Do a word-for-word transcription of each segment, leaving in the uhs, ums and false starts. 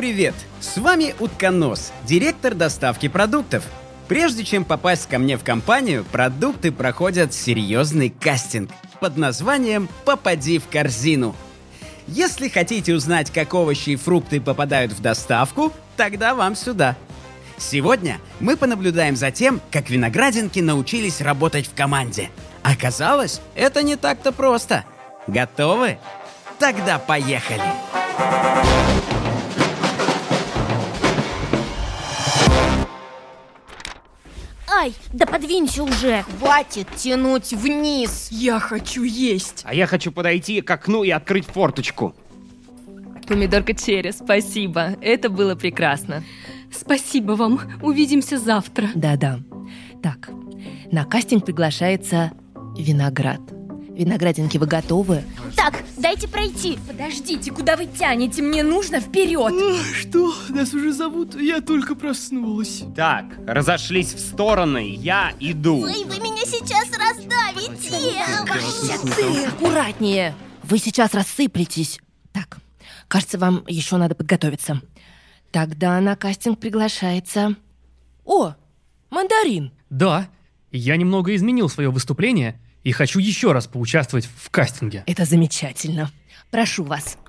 привет! С вами Утконос, директор доставки продуктов. Прежде чем попасть ко мне в компанию, продукты проходят серьезный кастинг под названием «Попади в корзину». Если хотите узнать, как овощи и фрукты попадают в доставку, тогда вам сюда. Сегодня мы понаблюдаем за тем, как виноградинки научились работать в команде. Оказалось, это не так-то просто. Готовы? Тогда поехали! Ай, да подвинься уже! Хватит тянуть вниз! Я хочу есть! А я хочу подойти к окну и открыть форточку. Помидорка Черри, спасибо. Это было прекрасно. Спасибо вам. Увидимся завтра. Да-да. Так, на кастинг приглашается виноград. Виноградинки, вы готовы? Так, дайте пройти. Подождите, куда вы тянете? Мне нужно вперед. Что? Нас уже зовут? Я только проснулась. Так, разошлись в стороны, я иду. Ой, вы меня сейчас раздавите. Ты аккуратнее. Вы сейчас рассыплетесь. Так, кажется, вам еще надо подготовиться. Тогда на кастинг приглашается... О, мандарин. Да, я немного изменил свое выступление и хочу еще раз поучаствовать в кастинге. Это замечательно. Прошу вас.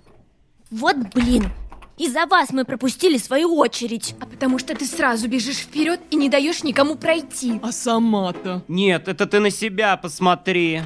Вот блин, из-за вас мы пропустили свою очередь. А потому что ты сразу бежишь вперед и не даешь никому пройти. А сама-то? Нет, это ты на себя посмотри.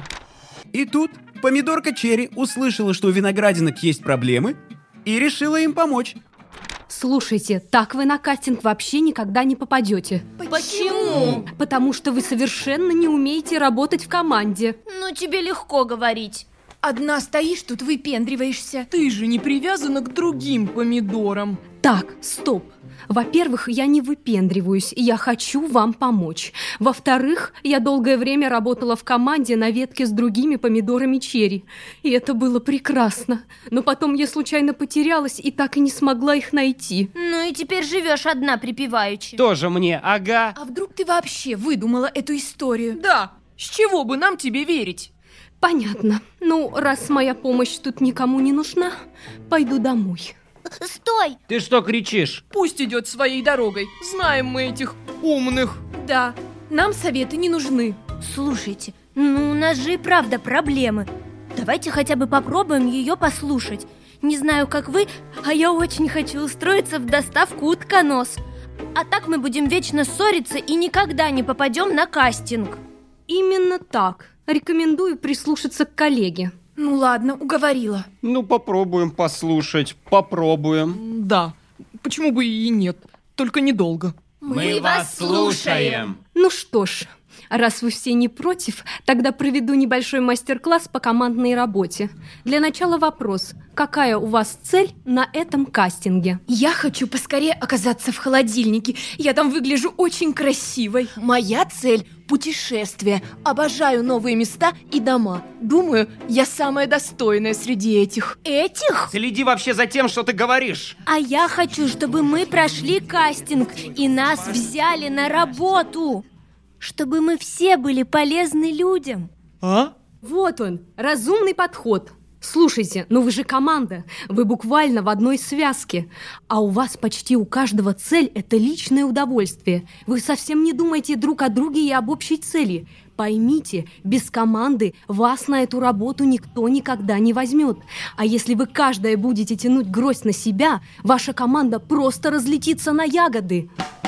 И тут помидорка Черри услышала, что у виноградинок есть проблемы, и решила им помочь. Слушайте, так вы на кастинг вообще никогда не попадете. Почему? Потому что вы совершенно не умеете работать в команде. Ну, тебе легко говорить. Одна стоишь тут, выпендриваешься. Ты же не привязана к другим помидорам. Так, стоп. Во-первых, я не выпендриваюсь, я хочу вам помочь. Во-вторых, я долгое время работала в команде на ветке с другими помидорами черри. И это было прекрасно. Но потом я случайно потерялась и так и не смогла их найти. Ну и теперь живешь одна припеваючи. Тоже мне, ага. А вдруг ты вообще выдумала эту историю? Да, с чего бы нам тебе верить? Понятно. Ну, раз моя помощь тут никому не нужна, пойду домой. Стой! Ты что кричишь? Пусть идет своей дорогой. Знаем мы этих умных. Да, нам советы не нужны. Слушайте, ну у нас же и правда проблемы. Давайте хотя бы попробуем ее послушать. Не знаю, как вы, а я очень хочу устроиться в доставку Утконос. А так мы будем вечно ссориться и никогда не попадем на кастинг. Именно так. Рекомендую прислушаться к коллеге. Ну ладно, уговорила. Ну, попробуем послушать, попробуем. Да, почему бы и нет, только недолго. Мы вас слушаем. Ну что ж, раз вы все не против, тогда проведу небольшой мастер-класс по командной работе. Для начала вопрос. Какая у вас цель на этом кастинге? Я хочу поскорее оказаться в холодильнике. Я там выгляжу очень красивой. Моя цель – путешествие. Обожаю новые места и дома. Думаю, я самая достойная среди этих. Этих? Следи вообще за тем, что ты говоришь. А я хочу, чтобы мы прошли кастинг и нас взяли на работу. Чтобы мы все были полезны людям. А? Вот он, разумный подход. Слушайте, ну вы же команда, вы буквально в одной связке. А у вас почти у каждого цель – это личное удовольствие. Вы совсем не думаете друг о друге и об общей цели. Поймите, без команды вас на эту работу никто никогда не возьмет. А если вы каждая будете тянуть гроздь на себя, ваша команда просто разлетится на ягоды.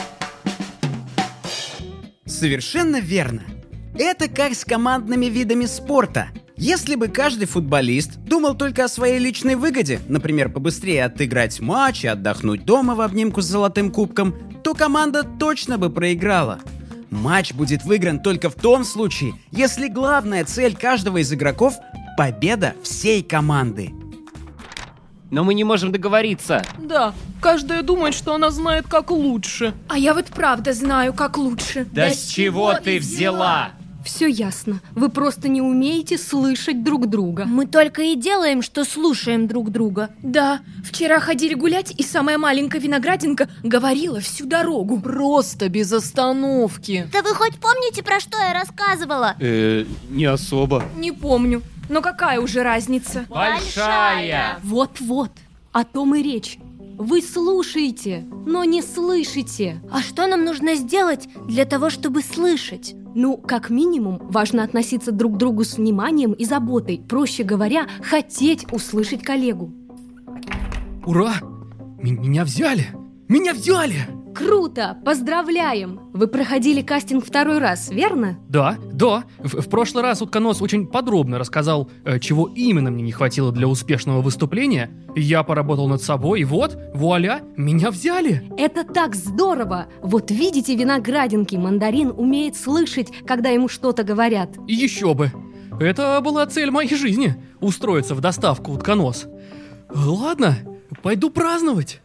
Совершенно верно. Это как с командными видами спорта. Если бы каждый футболист думал только о своей личной выгоде, например, побыстрее отыграть матч и отдохнуть дома в обнимку с золотым кубком, то команда точно бы проиграла. Матч будет выигран только в том случае, если главная цель каждого из игроков – победа всей команды. Но мы не можем договориться. Да, каждая думает, что она знает, как лучше. А я вот правда знаю, как лучше. Да с чего ты взяла? Все ясно. Вы просто не умеете слышать друг друга. Мы только и делаем, что слушаем друг друга. Да, вчера ходили гулять, и самая маленькая виноградинка говорила всю дорогу. Просто без остановки. Да вы хоть помните, про что я рассказывала? Э, не особо. Не помню. Но какая уже разница? Большая! Вот-вот, о том и речь. Вы слушаете, но не слышите. А что нам нужно сделать для того, чтобы слышать? Ну, как минимум, важно относиться друг к другу с вниманием и заботой. Проще говоря, хотеть услышать коллегу. Ура! М- меня взяли! Меня взяли! Круто! Поздравляем! Вы проходили кастинг второй раз, верно? Да, да. В, в прошлый раз утконос очень подробно рассказал, э, чего именно мне не хватило для успешного выступления. Я поработал над собой, и вот, вуаля, меня взяли! Это так здорово! Вот видите, виноградинки, мандарин умеет слышать, когда ему что-то говорят. И еще бы! Это была цель моей жизни – устроиться в доставку утконос. Ладно, пойду праздновать.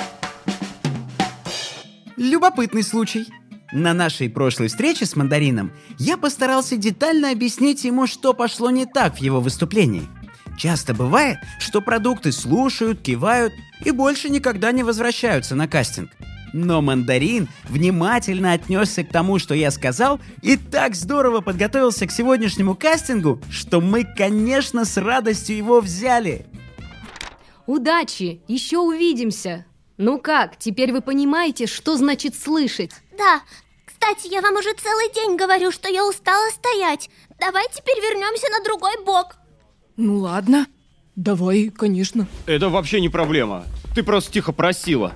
Любопытный случай. На нашей прошлой встрече с мандарином я постарался детально объяснить ему, что пошло не так в его выступлении. Часто бывает, что продукты слушают, кивают и больше никогда не возвращаются на кастинг. Но мандарин внимательно отнесся к тому, что я сказал, и так здорово подготовился к сегодняшнему кастингу, что мы, конечно, с радостью его взяли. Удачи! Еще увидимся! Ну как, теперь вы понимаете, что значит слышать? Да, кстати, я вам уже целый день говорю, что я устала стоять. Давай теперь вернемся на другой бок. Ну ладно, давай, конечно. Это вообще не проблема. Ты просто тихо просила.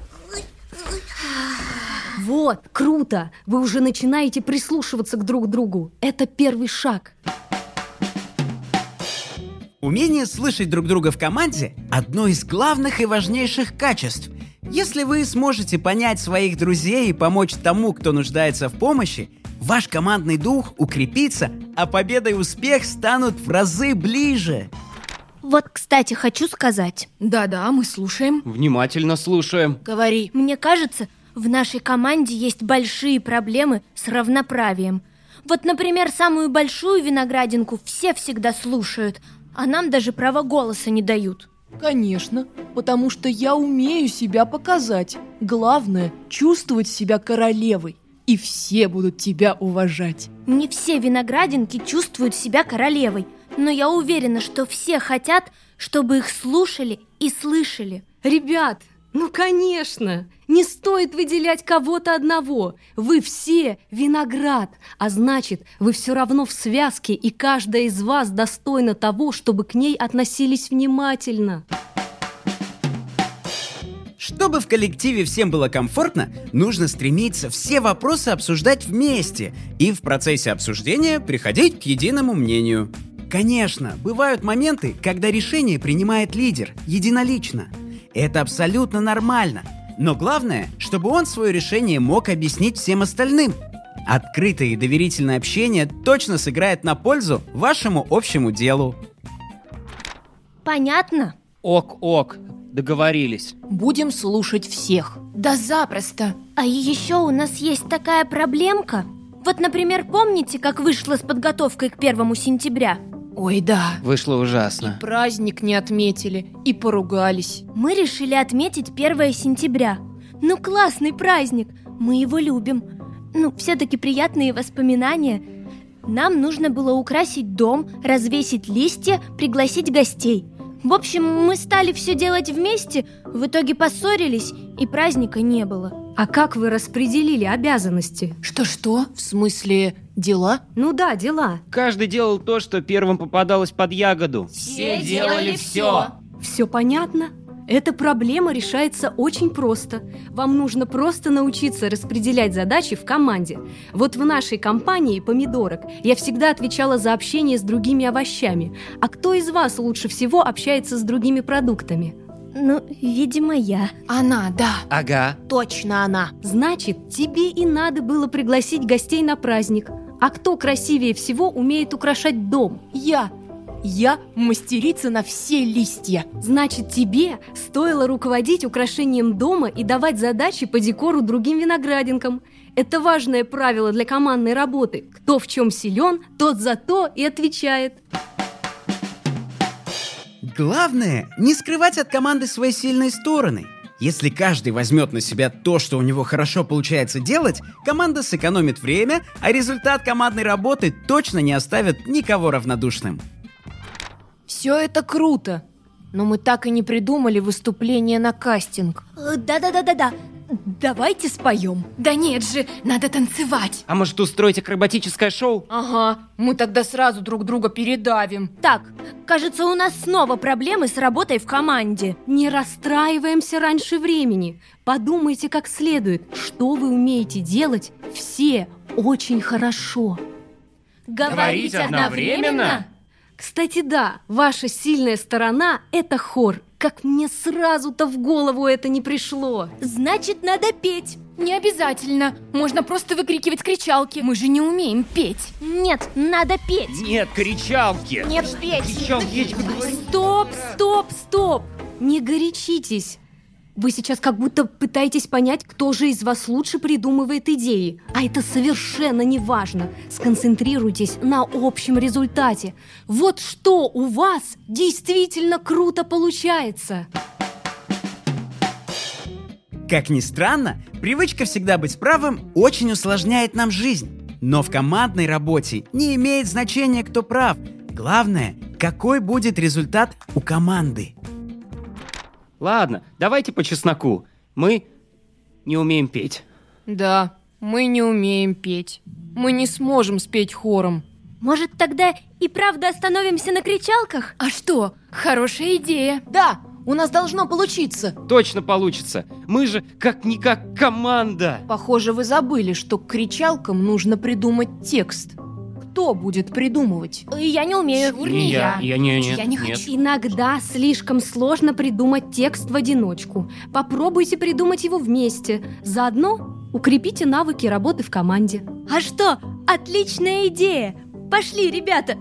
Вот, круто! Вы уже начинаете прислушиваться к друг другу. Это первый шаг. Умение слышать друг друга в команде – одно из главных и важнейших качеств. Если вы сможете понять своих друзей и помочь тому, кто нуждается в помощи, ваш командный дух укрепится, а победа и успех станут в разы ближе. Вот, кстати, хочу сказать. Да-да, мы слушаем. Внимательно слушаем. Говори. Мне кажется, в нашей команде есть большие проблемы с равноправием. Вот, например, самую большую виноградинку все всегда слушают, а нам даже права голоса не дают. Конечно, потому что я умею себя показать. Главное – чувствовать себя королевой, и все будут тебя уважать. Не все виноградинки чувствуют себя королевой, но я уверена, что все хотят, чтобы их слушали и слышали. Ребят, ну конечно! Не стоит выделять кого-то одного. Вы все виноград, а значит, вы все равно в связке, и каждая из вас достойна того, чтобы к ней относились внимательно. Чтобы в коллективе всем было комфортно, нужно стремиться все вопросы обсуждать вместе и в процессе обсуждения приходить к единому мнению. Конечно, бывают моменты, когда решение принимает лидер, единолично. Это абсолютно нормально. Но главное, чтобы он свое решение мог объяснить всем остальным. Открытое и доверительное общение точно сыграет на пользу вашему общему делу. Понятно? Ок-ок, договорились. Будем слушать всех. Да запросто. А еще у нас есть такая проблемка. Вот, например, помните, как вышло с подготовкой к первому сентября? Ой, да. Вышло ужасно. Праздник не отметили и поругались. Мы решили отметить первое сентября. Ну, классный праздник, мы его любим. Ну, все-таки приятные воспоминания. Нам нужно было украсить дом, развесить листья, пригласить гостей. В общем, мы стали все делать вместе, в итоге поссорились, и праздника не было. А как вы распределили обязанности? Что-что? В смысле, дела? Ну да, дела. Каждый делал то, что первым попадалось под ягоду. Все делали все. Все понятно? Эта проблема решается очень просто. Вам нужно просто научиться распределять задачи в команде. Вот в нашей компании помидорок я всегда отвечала за общение с другими овощами. А кто из вас лучше всего общается с другими продуктами? Ну, видимо, я. Она, да. Ага. Точно она. Значит, тебе и надо было пригласить гостей на праздник. А кто красивее всего умеет украшать дом? Я. Я мастерица на все листья. Значит, тебе стоило руководить украшением дома и давать задачи по декору другим виноградинкам. Это важное правило для командной работы. Кто в чем силен, тот за то и отвечает. Главное, не скрывать от команды свои сильные стороны. Если каждый возьмет на себя то, что у него хорошо получается делать, команда сэкономит время, а результат командной работы точно не оставит никого равнодушным. Все это круто. Но мы так и не придумали выступление на кастинг. Э, Да-да-да-да-да. Давайте споем. Да нет же, надо танцевать. А может устроить акробатическое шоу? Ага, мы тогда сразу друг друга передавим. Так, кажется, у нас снова проблемы с работой в команде. Не расстраиваемся раньше времени. Подумайте как следует, что вы умеете делать все очень хорошо. Говорить одновременно? Кстати, да, ваша сильная сторона – это хор. Как мне сразу-то в голову это не пришло. Значит, надо петь. Не обязательно. Можно просто выкрикивать кричалки. Мы же не умеем петь. Нет, надо петь. Нет, кричалки. Нет, петь. Кричалки, я тебе говорю. Стоп, стоп, стоп! Не горячитесь. Вы сейчас как будто пытаетесь понять, кто же из вас лучше придумывает идеи. А это совершенно не важно. Сконцентрируйтесь на общем результате. Вот что у вас действительно круто получается. Как ни странно, привычка всегда быть правым очень усложняет нам жизнь. Но в командной работе не имеет значения, кто прав. Главное, какой будет результат у команды. Ладно, давайте по чесноку. Мы не умеем петь. Да, мы не умеем петь. Мы не сможем спеть хором. Может, тогда и правда остановимся на кричалках? А что? Хорошая идея. Да, у нас должно получиться. Точно получится. Мы же как-никак команда. Похоже, вы забыли, что к кричалкам нужно придумать текст. Кто будет придумывать? Я не умею. Чур, Не не я. я. Я не, не, Я не нет. хочу. Иногда слишком сложно придумать текст в одиночку. Попробуйте придумать его вместе. Заодно укрепите навыки работы в команде. А что? Отличная идея. Пошли, ребята.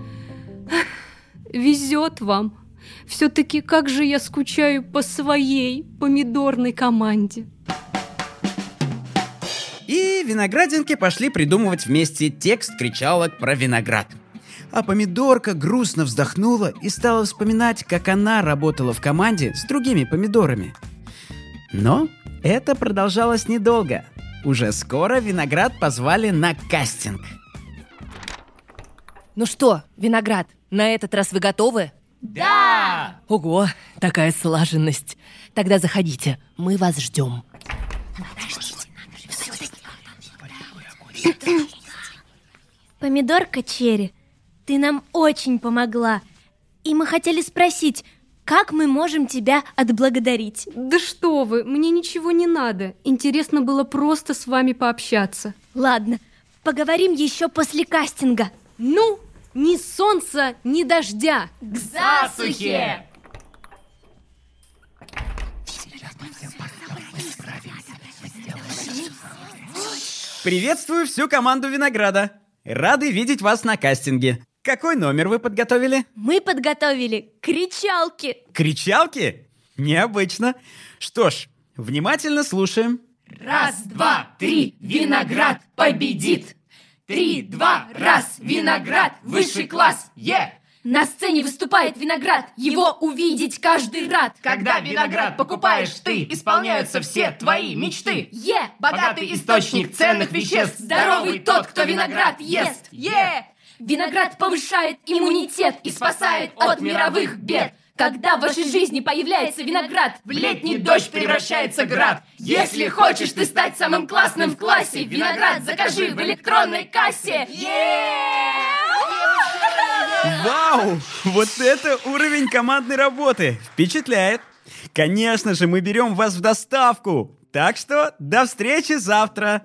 Везет вам. Все-таки как же я скучаю по своей помидорной команде. И виноградинки пошли придумывать вместе текст кричалок про виноград. А помидорка грустно вздохнула и стала вспоминать, как она работала в команде с другими помидорами. Но это продолжалось недолго. Уже скоро виноград позвали на кастинг. Ну что, Виноград, на этот раз вы готовы? Да! Ого, такая слаженность. Тогда заходите, мы вас ждем. Помидорка Черри, ты нам очень помогла. И мы хотели спросить, как мы можем тебя отблагодарить? Да что вы, мне ничего не надо. Интересно было просто с вами пообщаться. Ладно, поговорим еще после кастинга. Ну, ни солнца, ни дождя. К засухе! Приветствую всю команду винограда. Рады видеть вас на кастинге. Какой номер вы подготовили? Мы подготовили кричалки. Кричалки? Необычно. Что ж, внимательно слушаем. Раз, два, три, виноград победит! Три, два, раз, виноград, высший класс, е! На сцене выступает виноград, его увидеть каждый рад. Когда виноград покупаешь ты, исполняются все твои мечты. Е! Богатый источник ценных веществ, Здоровый тот, кто виноград ест. Е! Виноград повышает иммунитет и спасает от мировых бед. Когда в вашей жизни появляется виноград, В летний дождь превращается град. Если хочешь ты стать самым классным в классе, виноград закажи в электронной кассе. Вау! Вот это уровень командной работы! Впечатляет! Конечно же, мы берем вас в доставку! Так что до встречи завтра!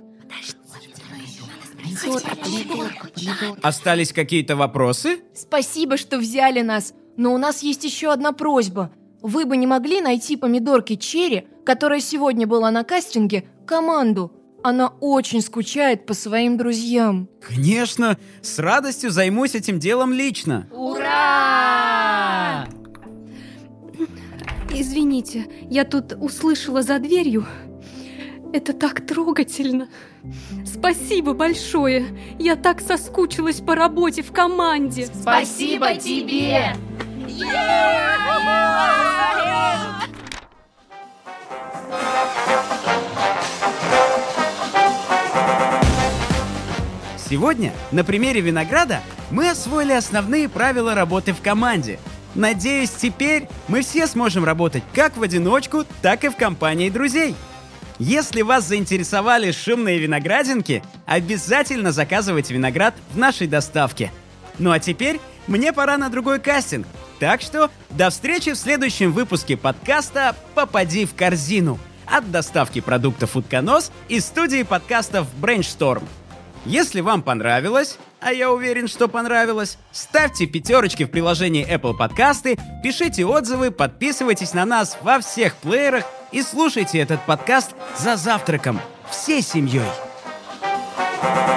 Остались какие-то вопросы? Спасибо, что взяли нас. Но у нас есть еще одна просьба. Вы бы не могли найти помидорки Черри, которая сегодня была на кастинге, команду? Она очень скучает по своим друзьям. Конечно, с радостью займусь этим делом лично. Ура! Извините, я тут услышала за дверью. Это так трогательно. Спасибо большое. Я так соскучилась по работе в команде. Спасибо тебе! Сегодня на примере винограда мы освоили основные правила работы в команде. Надеюсь, теперь мы все сможем работать как в одиночку, так и в компании друзей. Если вас заинтересовали шумные виноградинки, обязательно заказывайте виноград в нашей доставке. Ну а теперь мне пора на другой кастинг. Так что до встречи в следующем выпуске подкаста «Попади в корзину» от доставки продуктов «Утконос» и студии подкастов Brainstorm. Если вам понравилось, а я уверен, что понравилось, ставьте пятерочки в приложении Apple Подкасты, пишите отзывы, подписывайтесь на нас во всех плеерах и слушайте этот подкаст за завтраком всей семьей.